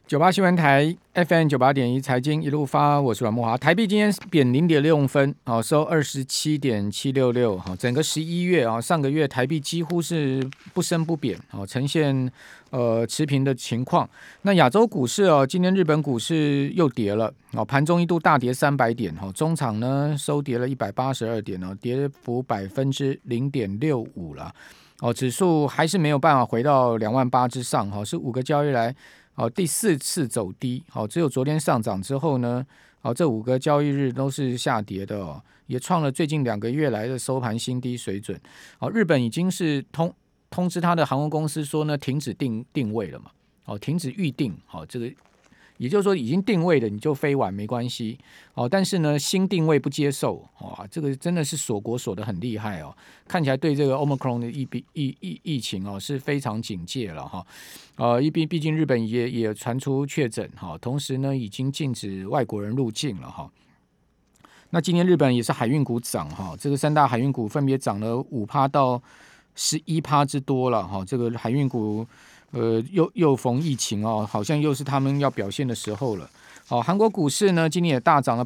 98新闻台 FM 98.1财经一路发，我是阮慕骅。台币今天贬0.6分，收27.766。整个11月上个月台币几乎是不升不贬，呈现持平的情况。那亚洲股市今天日本股市又跌了，盘中一度大跌300点，中场呢收跌了182点，跌幅0.65%了。指数还是没有办法回到28000之上，是5个交易来第4次走低，只有昨天上涨之后呢，这5个交易日都是下跌的，也创了最近2个月来的收盘新低水准。日本已经是通知他的航空公司说呢，停止定位了嘛，停止预定，这个也就是说已经定位的你就飞完没关系，但是呢新定位不接受，这个真的是锁国锁得很厉害哦，看起来对这个 Omicron 的疫情是非常警戒了哈，毕竟日本也传出确诊，同时呢已经禁止外国人入境了哈。那今天日本也是海运股涨哈，这个3大海运股分别涨了5%到11%之多了哈，这个海运股。又逢疫情好像又是他们要表现的时候了。韩国股市呢，今天也大涨了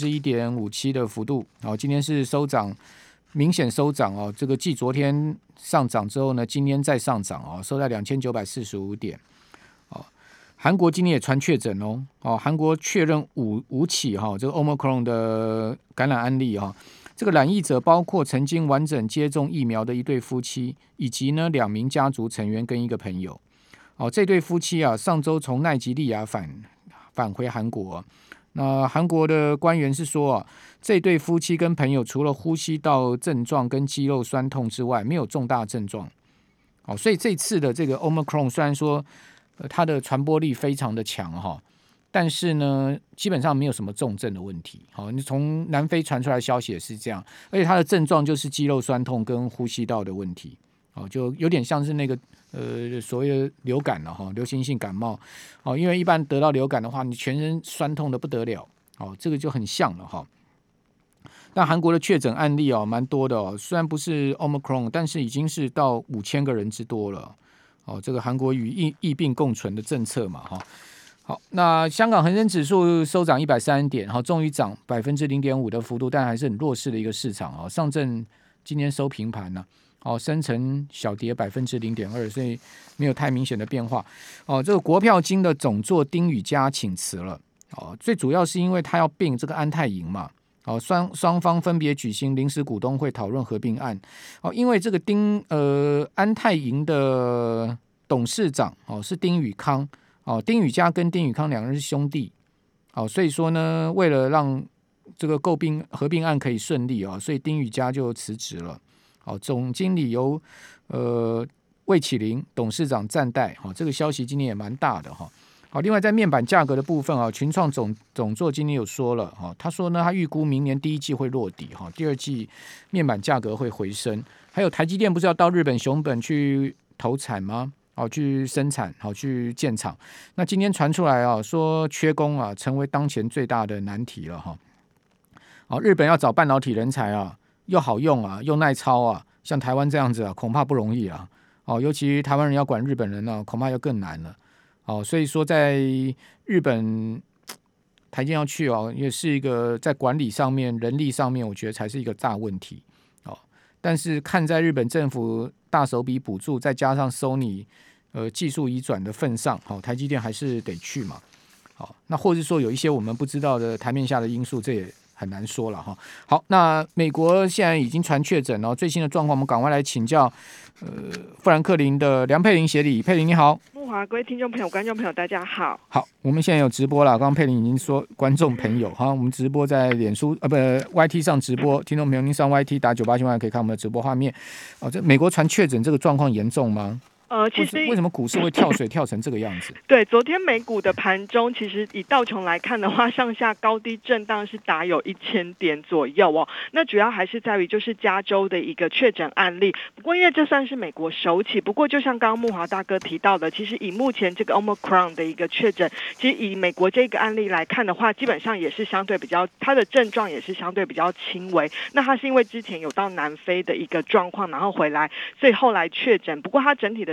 1.57%的幅度。今天是明显收涨这个继昨天上涨之后呢，今天再上涨收在2945点。韩国今天也传确诊韩国确认五起这个 Omicron 的感染案例这个染疫者包括曾经完整接种疫苗的一对夫妻，以及呢2名家族成员跟一个朋友。这对夫妻上周从奈及利亚返回韩国。那韩国的官员是说这对夫妻跟朋友除了呼吸道症状跟肌肉酸痛之外，没有重大症状。所以这次的这个 Omicron 虽然说它的传播力非常的强但是呢基本上没有什么重症的问题。你从南非传出来的消息也是这样，而且它的症状就是肌肉酸痛跟呼吸道的问题。就有点像是那个所谓的流感了流行性感冒。因为一般得到流感的话，你全身酸痛的不得了。这个就很像了但韩国的确诊案例蛮多的虽然不是 Omicron， 但是已经是到5000个人之多了。这个韩国与疫病共存的政策嘛好，那香港恒生指数收涨130点，终于涨0.5%的幅度，但还是很弱势的一个市场上证今天收平盘呢。深成小跌0.2%，所以没有太明显的变化。这个国票金的总座丁宇嘉请辞了。最主要是因为他要并这个安泰银嘛。双方分别举行临时股东会讨论合并案。因为这个安泰银的董事长是丁宇康。丁宇嘉跟丁宇康2人是兄弟。所以说呢，为了让这个合并案可以顺利所以丁宇嘉就辞职了。总经理由魏启麟，董事长暂代。这个消息今天也蛮大的另外在面板价格的部分群创总座今天有说了他说呢，他预估明年第一季会落底第二季面板价格会回升。还有台积电不是要到日本熊本去投产吗？去生产去建厂。那今天传出来说缺工成为当前最大的难题了日本要找半导体人才又好用又耐操像台湾这样子恐怕不容易尤其台湾人要管日本人恐怕就更难了所以说在日本台积电要去也是一个在管理上面人力上面我觉得才是一个大问题但是看在日本政府大手笔补助再加上 Sony 技术移转的份上台积电还是得去嘛那或者说有一些我们不知道的台面下的因素，这也很难说了好，那美国现在已经传确诊最新的状况我们赶快来请教富兰克林的梁佩玲协理。佩玲你好。 慕骅，各位听众朋友观众朋友大家好。 好，我们现在有直播了，刚刚佩玲已经说观众朋友我们直播在脸书YT 上直播，听众朋友您上 YT 打98新闻可以看我们的直播画面这美国传确诊这个状况严重吗？ 其实为什么股市会跳水跳成这个样子？ 对，昨天美股的盘中，其实以道琼来看的话，上下高低震荡是达有1000点左右那主要还是在于就是加州的一个确诊案例。不过因为这算是美国首起，不过就像刚刚慕骅大哥提到的，其实以目前这个 Omicron 的一个确诊，其实以美国这个案例来看的话，基本上也是相对比较，它的症状也是相对比较轻微。那它是因为之前有到南非的一个状况，然后回来，所以后来确诊。不过它整体的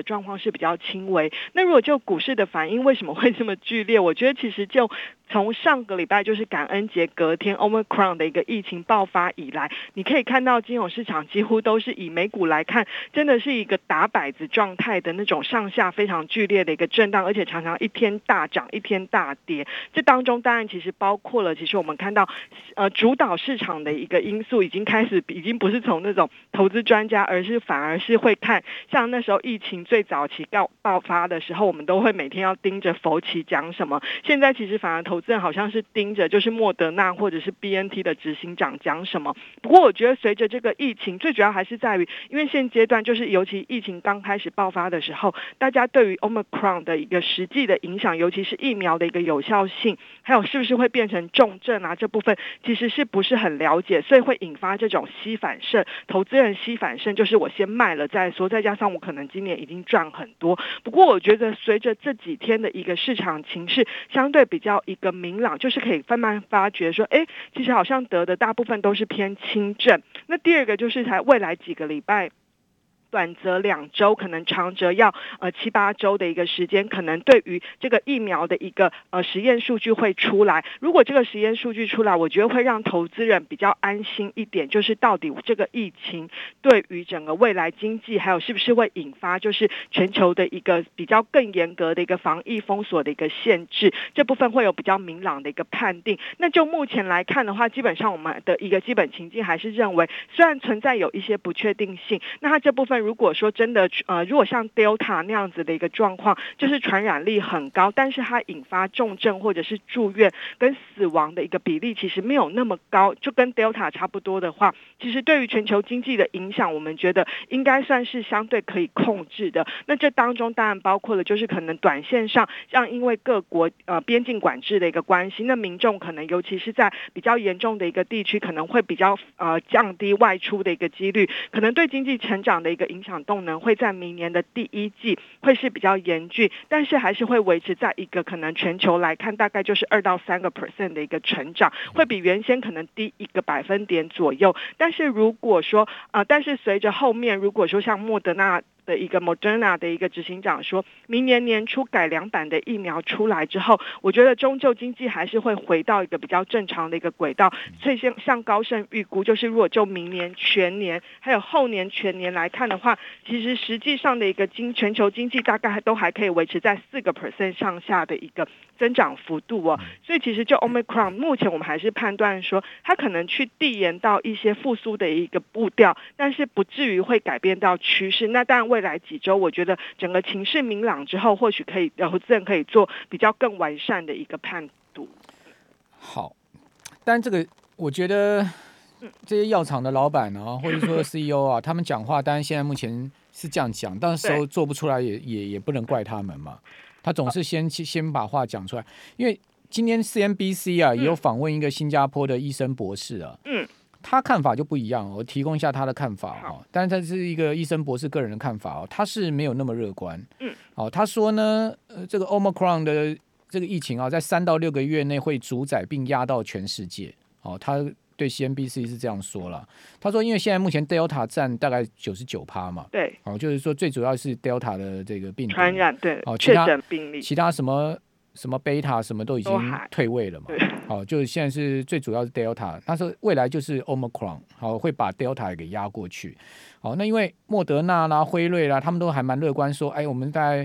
的状况是比较轻微。那如果就股市的反应为什么会这么剧烈？我觉得其实就从上个礼拜就是感恩节隔天 Omicron 的一个疫情爆发以来，你可以看到金融市场几乎都是以美股来看，真的是一个打摆子状态的那种上下非常剧烈的一个震荡，而且常常一天大涨一天大跌。这当中当然其实包括了，其实我们看到主导市场的一个因素已经不是从那种投资专家，反而是会看像那时候疫情最早期爆发的时候，我们都会每天要盯着佛奇讲什么。现在其实反而投资人好像是盯着就是莫德纳或者是 BNT 的执行长讲什么。不过我觉得随着这个疫情，最主要还是在于，因为现阶段就是尤其疫情刚开始爆发的时候，大家对于 Omicron 的一个实际的影响，尤其是疫苗的一个有效性，还有是不是会变成重症啊，这部分其实是不是很了解，所以会引发这种吸反射，投资人吸反射就是我先卖了再说，再加上我可能今年已经赚很多。不过我觉得随着这几天的一个市场情势相对比较一个明朗，就是可以慢慢发觉说，其实好像得的大部分都是偏轻症。那第二个就是在未来几个礼拜，短则2周，可能长则要7、8周的一个时间，可能对于这个疫苗的一个实验数据会出来。如果这个实验数据出来，我觉得会让投资人比较安心一点，就是到底这个疫情对于整个未来经济，还有是不是会引发就是全球的一个比较更严格的一个防疫封锁的一个限制，这部分会有比较明朗的一个判定。那就目前来看的话，基本上我们的一个基本情境还是认为，虽然存在有一些不确定性，那它这部分如果说真的如果像 Delta 那样子的一个状况，就是传染力很高，但是它引发重症或者是住院跟死亡的一个比例其实没有那么高，就跟 Delta 差不多的话，其实对于全球经济的影响，我们觉得应该算是相对可以控制的。那这当中当然包括了就是可能短线上，像因为各国边境管制的一个关系，那民众可能尤其是在比较严重的一个地区，可能会比较降低外出的一个几率，可能对经济成长的一个影响动能会在明年的第一季会是比较严峻，但是还是会维持在一个可能全球来看大概就是2到3% 的一个成长，会比原先可能低1个百分点左右。但是如果说但是随着后面如果说像莫德纳的一个 Moderna 的一个执行长说，明年年初改良版的疫苗出来之后，我觉得终究经济还是会回到一个比较正常的一个轨道。所以像高盛预估，就是如果就明年全年还有后年全年来看的话，其实实际上的一个全球经济大概都还可以维持在4% 上下的一个增长幅度哦。所以其实就 Omicron 目前我们还是判断说，它可能去递延到一些复苏的一个步调，但是不至于会改变到趋势。那当然未来几周我觉得整个情势明朗之后，或许投资人可以做比较更完善的一个判读。 好，但这个我觉得这些药厂的老板啊，或者说 CEO 啊，他们讲话当然现在目前是这样讲，到时候做不出来也不能怪他们嘛，他总是先把话讲出来。因为今天 CNBC 啊也有访问一个新加坡的医生博士啊，他看法就不一样，我提供一下他的看法哦。但是他是一个医生博士个人的看法哦，他是没有那么乐观。他说呢，这个 Omicron 的这个疫情啊，在3到6个月内会主宰并压到全世界。他对 CNBC 是这样说了。他说，因为现在目前 Delta 占大概99%嘛，对，就是说最主要是 Delta 的这个病毒传染，对，确诊病例， 其他什么贝塔什么都已经退位了嘛，就是现在是最主要是 Delta， 他说未来就是 Omicron， 会把 Delta 给压过去。那因为莫德纳啦、辉瑞啦，他们都还蛮乐观说，我们大概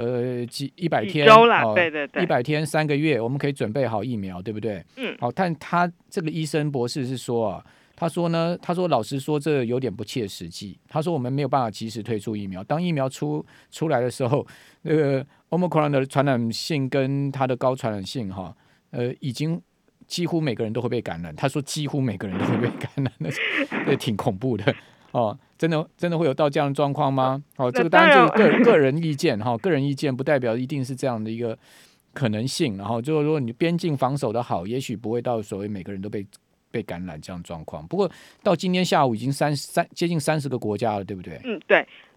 100天周啦，对对对 ，100天3个月，我们可以准备好疫苗，对不对？但他这个医生博士是说啊，他说老实说，这有点不切实际。他说我们没有办法及时推出疫苗，当疫苗出来的时候，那个 Omicron 的传染性跟它的高传染性已经几乎每个人都会被感染。他说几乎每个人都会被感染，那挺恐怖的。真的会有到这样的状况吗？这个当然就是个人意见个人意见不代表一定是这样的一个可能性。然后就是说你边境防守的好，也许不会到所谓每个人都被感染这样的状况。不过到今天下午已经接近30个国家了，对不对？ 对。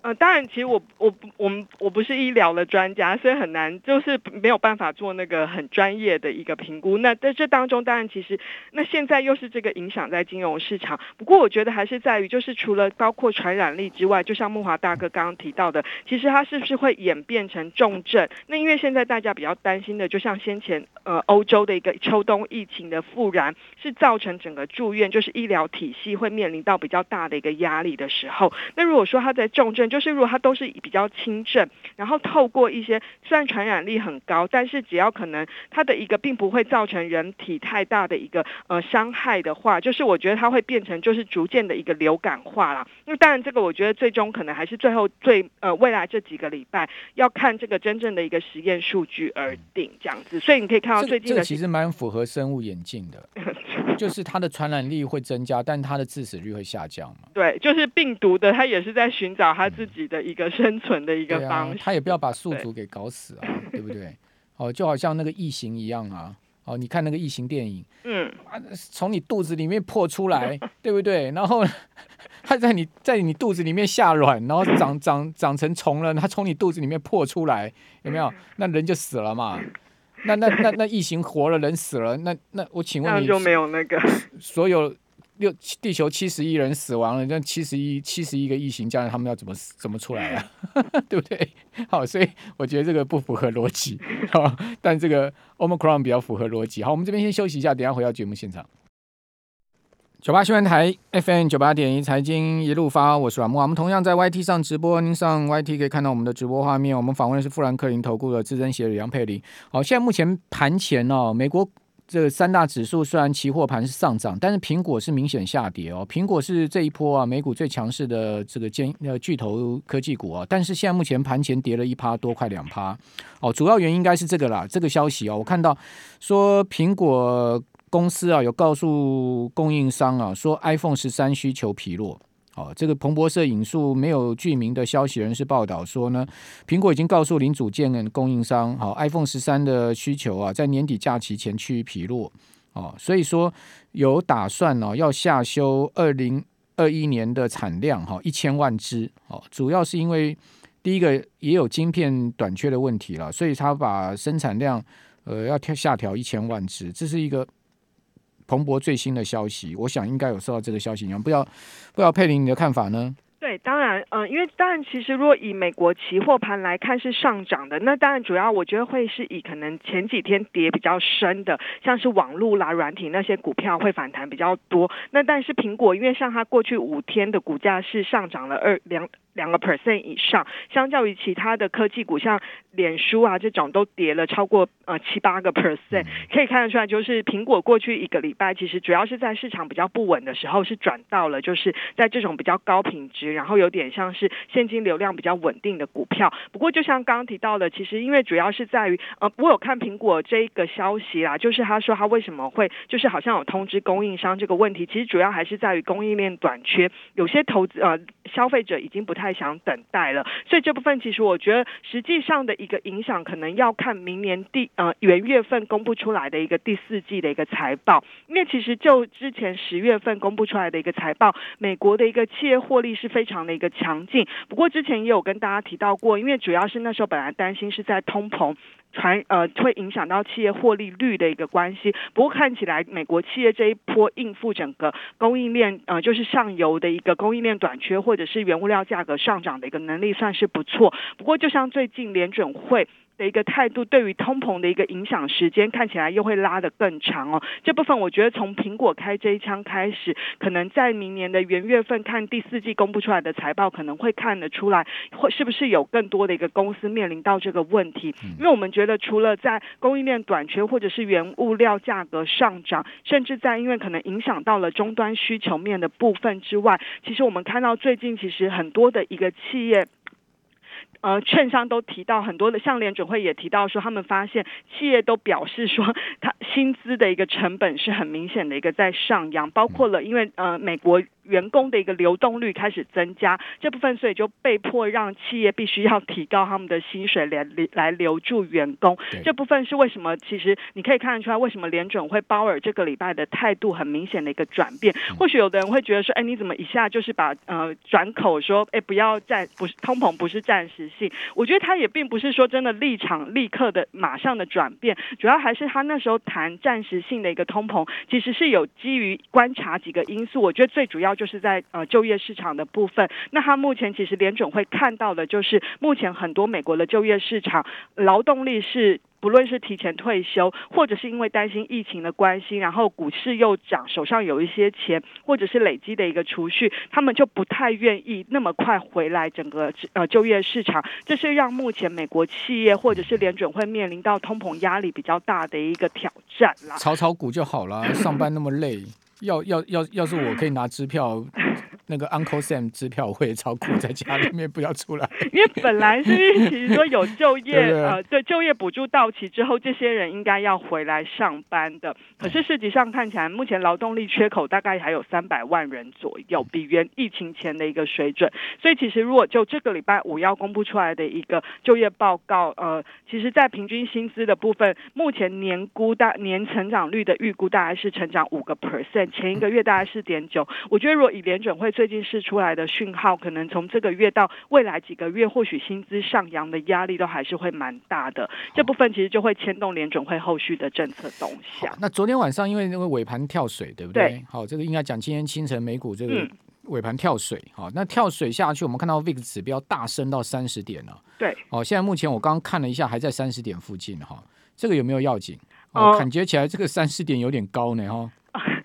当然，其实我不是医疗的专家，所以很难，就是没有办法做那个很专业的一个评估。那在这当中，当然其实那现在又是这个影响在金融市场。不过我觉得还是在于，就是除了包括传染力之外，就像慕华大哥刚刚提到的，其实它是不是会演变成重症？那因为现在大家比较担心的，就像先前欧洲的一个秋冬疫情的复燃，是造成整个住院就是医疗体系会面临到比较大的一个压力的时候，那如果说它在重症，就是如果它都是比较轻症，然后透过一些虽然传染力很高，但是只要可能它的一个并不会造成人体太大的一个伤害的话，就是我觉得它会变成就是逐渐的一个流感化啦。那当然这个我觉得最终可能还是最后未来这几个礼拜要看这个真正的一个实验数据而定这样子。所以你可以看到最近的这个其实蛮符合生物演进的，就是它的传染力会增加，但它的致死率会下降嘛。 对，就是病毒的，它也是在寻找它自己的一个生存的一个方式。 它也不要把宿主给搞死啊，对不对？就好像那个异形一样啊。你看那个异形电影，从你肚子里面破出来，对不对？然后它在你肚子里面下卵，然后长成虫了，它从你肚子里面破出来，有没有？那人就死了嘛。那异形活了，人死了，那我请问你， 这样就没有那个所有地球70亿人死亡了，那71个异形家人他们要怎么出来啊？对不对？好，所以我觉得这个不符合逻辑，但这个 Omicron 比较符合逻辑。好，我们这边先休息一下，等一下回到节目现场。98新闻台 FM 98.1财经一路发，我是阮木华。我们同样在 YT 上直播，您上 YT 可以看到我们的直播画面。我们访问的是富兰克林投顾的资深协理杨佩玲。好，现在目前盘前美国这三大指数虽然期货盘是上涨，但是苹果是明显下跌哦。苹果是这一波美股最强势的这个巨头科技股但是现在目前盘前跌了1%多，快2%主要原因应该是这个啦。这个消息我看到说苹果公司有告诉供应商说 iPhone 13需求疲弱。这个彭博社引述没有具名的消息人士报道说呢，苹果已经告诉零组件供应商，iPhone 13的需求在年底假期前趋于疲弱所以说有打算要下修2021年的产量1000万只主要是因为第一个也有晶片短缺的问题了，所以他把生产量要下调1000万只，这是一个彭博最新的消息，我想应该有收到这个消息，不知道佩玲你的看法呢？ 对，当然，因为当然，其实如果以美国期货盘来看是上涨的，那当然主要我觉得会是以可能前几天跌比较深的，像是网络啦、软体那些股票会反弹比较多。那但是苹果，因为像它过去5天的股价是上涨了2% 以上，相较于其他的科技股，像脸书这种都跌了超过7-8%，可以看得出来，就是苹果过去1个礼拜其实主要是在市场比较不稳的时候，是转到了就是在这种比较高品质，然后有点像是现金流量比较稳定的股票。不过就像刚刚提到的，其实因为主要是在于我有看苹果这个消息啦，就是他说他为什么会就是好像有通知供应商这个问题，其实主要还是在于供应链短缺，有些消费者已经不太想等待了，所以这部分其实我觉得实际上的一个影响可能要看明年元月份公布出来的一个第4季的一个财报，因为其实就之前10月份公布出来的一个财报，美国的一个企业获利是非常的一个强劲，不过之前也有跟大家提到过，因为主要是那时候本来担心是在通膨会影响到企业获利率的一个关系，不过看起来美国企业这一波应付整个供应链就是上游的一个供应链短缺或者是原物料价格上涨的一个能力算是不错。不过就像最近联准会的一个态度，对于通膨的一个影响时间看起来又会拉得更长这部分我觉得从苹果开这一枪开始，可能在明年的元月份看第4季公布出来的财报，可能会看得出来是不是有更多的一个公司面临到这个问题。因为我们觉得除了在供应链短缺或者是原物料价格上涨，甚至在因为可能影响到了终端需求面的部分之外，其实我们看到最近其实很多的一个企业券商都提到很多的，像联准会也提到说，他们发现企业都表示说，它薪资的一个成本是很明显的一个在上扬，包括了因为美国员工的一个流动率开始增加，这部分所以就被迫让企业必须要提高他们的薪水来留住员工。这部分是为什么？其实你可以看得出来，为什么联准会鲍尔这个礼拜的态度很明显的一个转变。或许有的人会觉得说，你怎么一下就是把转口说，不要不是通膨不是暂时性。我觉得他也并不是说真的立场立刻的马上的转变，主要还是他那时候谈暂时性的一个通膨，其实是有基于观察几个因素。我觉得最主要就是在就业市场的部分。那他目前其实联准会看到的就是目前很多美国的就业市场劳动力是不论是提前退休，或者是因为担心疫情的关系，然后股市又涨，手上有一些钱，或者是累积的一个储蓄，他们就不太愿意那么快回来整个就业市场。这是让目前美国企业或者是联准会面临到通膨压力比较大的一个挑战啦。 炒股就好了，上班那么累，要是我可以拿支票。那个 Uncle Sam 支票我会炒股，在家里面不要出来。 因为本来是预期说有就业对就业补助到期之后，这些人应该要回来上班的。可是实际上看起来，目前劳动力缺口大概还有300万人左右，比疫情前的一个水准。所以其实如果就这个礼拜5要公布出来的一个就业报告，其实在平均薪资的部分，目前年成长率的预估大概是成长5%，前一个月大概4.9%。我觉得如果以联准会最近释出来的讯号，可能从这个月到未来几个月，或许薪资上扬的压力都还是会蛮大的。这部分其实就会牵动联准会后续的政策动向。 那昨天晚上因为那个尾盘跳水，对不对？ 对， 好，这个应该讲今天清晨美股这个尾盘跳水，好，那跳水下去，我们看到 VIX 指标大升到30点了。 对， 现在目前我刚刚看了一下，还在30点附近哈，这个有没有要紧？感觉起来这个30点有点高呢哈。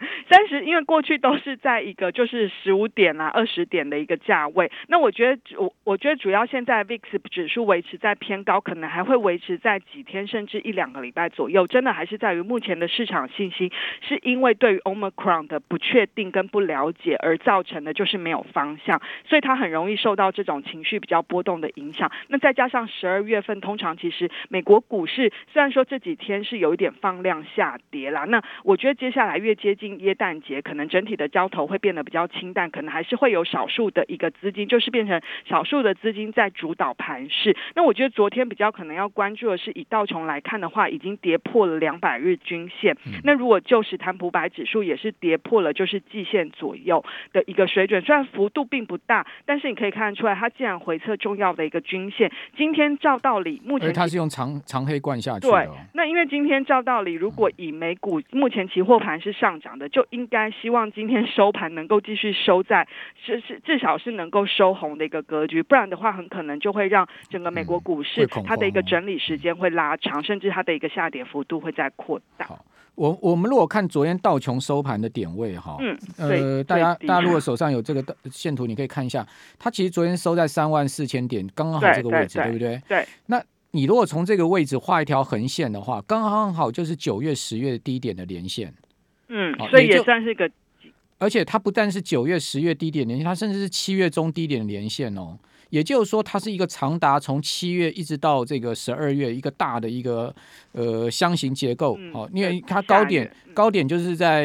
30，因为过去都是在一个就是15点啊、20点的一个价位。那我觉得主要现在 VIX 指数维持在偏高，可能还会维持在几天甚至1-2个礼拜左右。真的还是在于目前的市场信息，是因为对于 Omicron 的不确定跟不了解而造成的，就是没有方向，所以它很容易受到这种情绪比较波动的影响。那再加上12月份，通常其实美国股市虽然说这几天是有一点放量下跌啦，那我觉得接下来越接近耶诞节，可能整体的交投会变得比较清淡，可能还是会有少数的一个资金，就是变成少数的资金在主导盘势。那我觉得昨天比较可能要关注的是，以道琼来看的话，已经跌破了200日均线。那如果就史坦普百指数也是跌破了就是季线左右的一个水准，虽然幅度并不大，但是你可以看得出来，它既然回测重要的一个均线，今天照道理目前它是用长黑灌下去的。 对，那因为今天照道理，如果以美股目前期货盘是上涨的，就应该希望今天收盘能够继续收在至少是能够收红的一个格局，不然的话很可能就会让整个美国股市它的一个整理时间会拉长，甚至它的一个下跌幅度会再扩大。 好，我们如果看昨天道琼收盘的点位哈，大家如果手上有这个线图，你可以看一下，它其实昨天收在34000点，刚刚好这个位置， 对不对？ 对。 那你如果从这个位置画一条横线的话，刚刚好就是9月、10月低点的连线。 所以也算是个， 而且它不但是9月、10月低点连线，它甚至是7月中低点的连线哦。也就是说，它是一个长达从7月一直到这个12月一个大的一个箱型结构。因为它高点就是在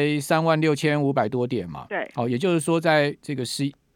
36500多点嘛。 对。 也就是说，在这个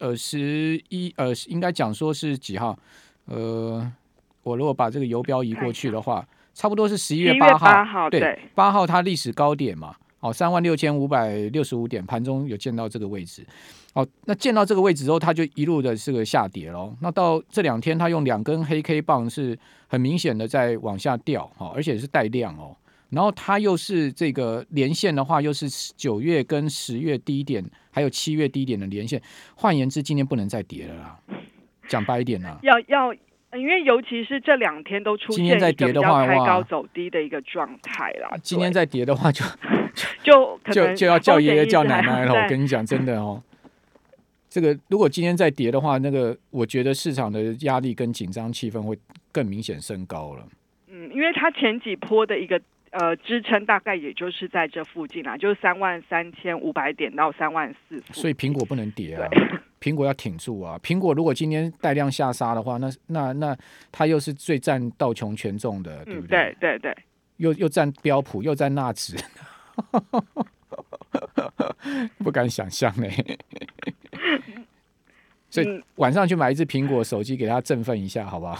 应该讲说是几号？我如果把这个游标移过去的话，差不多是11月8号。对，8号它历史高点嘛。36565点，盘中有见到这个位置。那见到这个位置之后，它就一路的这个下跌咯。那到这2天，它用2根黑 K 棒是很明显的在往下掉，而且是带量哦。然后它又是这个连线的话，又是9月跟10月低点，还有7月低点的连线。换言之，今天不能再跌了啦。讲白一点啦， 因为尤其是这2天都出现一个比较开高走低的一个状态啦。 今天再跌的话就要叫爷爷叫奶奶了。我跟你讲，真的哦，这个如果今天再跌的话，那个我觉得市场的压力跟紧张气氛会更明显升高了。 因为它前几波的一个支撑大概也就是在这附近啦，就是33500点到34000。 所以苹果不能跌啊。苹果要挺住啊！苹果如果今天带量下杀的话，那它又是最占道琼权重的，对不对？ 对。 又占标普，又占纳指，不敢想象呢。 所以晚上去买一只苹果手机给他振奋一下，好不好？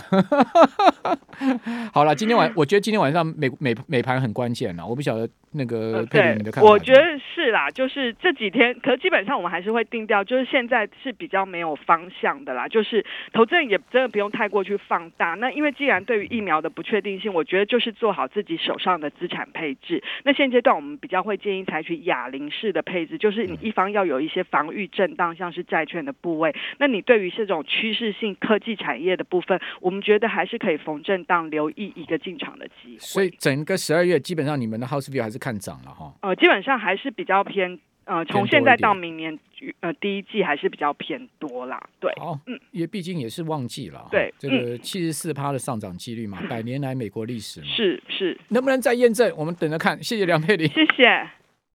好了，我觉得今天晚上美盘很关键了，我不晓得那个佩玲你的看法。 我觉得是啦，就是这几天，可基本上我们还是会定调，就是现在是比较没有方向的啦，就是投资人也真的不用太过去放大。那因为既然对于疫苗的不确定性，我觉得就是做好自己手上的资产配置。那现阶段我们比较会建议采取哑铃式的配置，就是你一方要有一些防御震荡，像是债券的部位。那你对于这种趋势性科技产业的部分，我们觉得还是可以逢震荡留意一个进场的机会。 所以整个12月基本上你们的 House View 还是看涨了哈。 基本上还是比较偏从现在到明年第一季还是比较偏多啦。对， 因为毕竟也是旺季了。 对， 这个74%的上涨几率嘛，100年来美国历史嘛。 是， 能不能再验证？我们等着看。谢谢梁佩玲。 谢谢。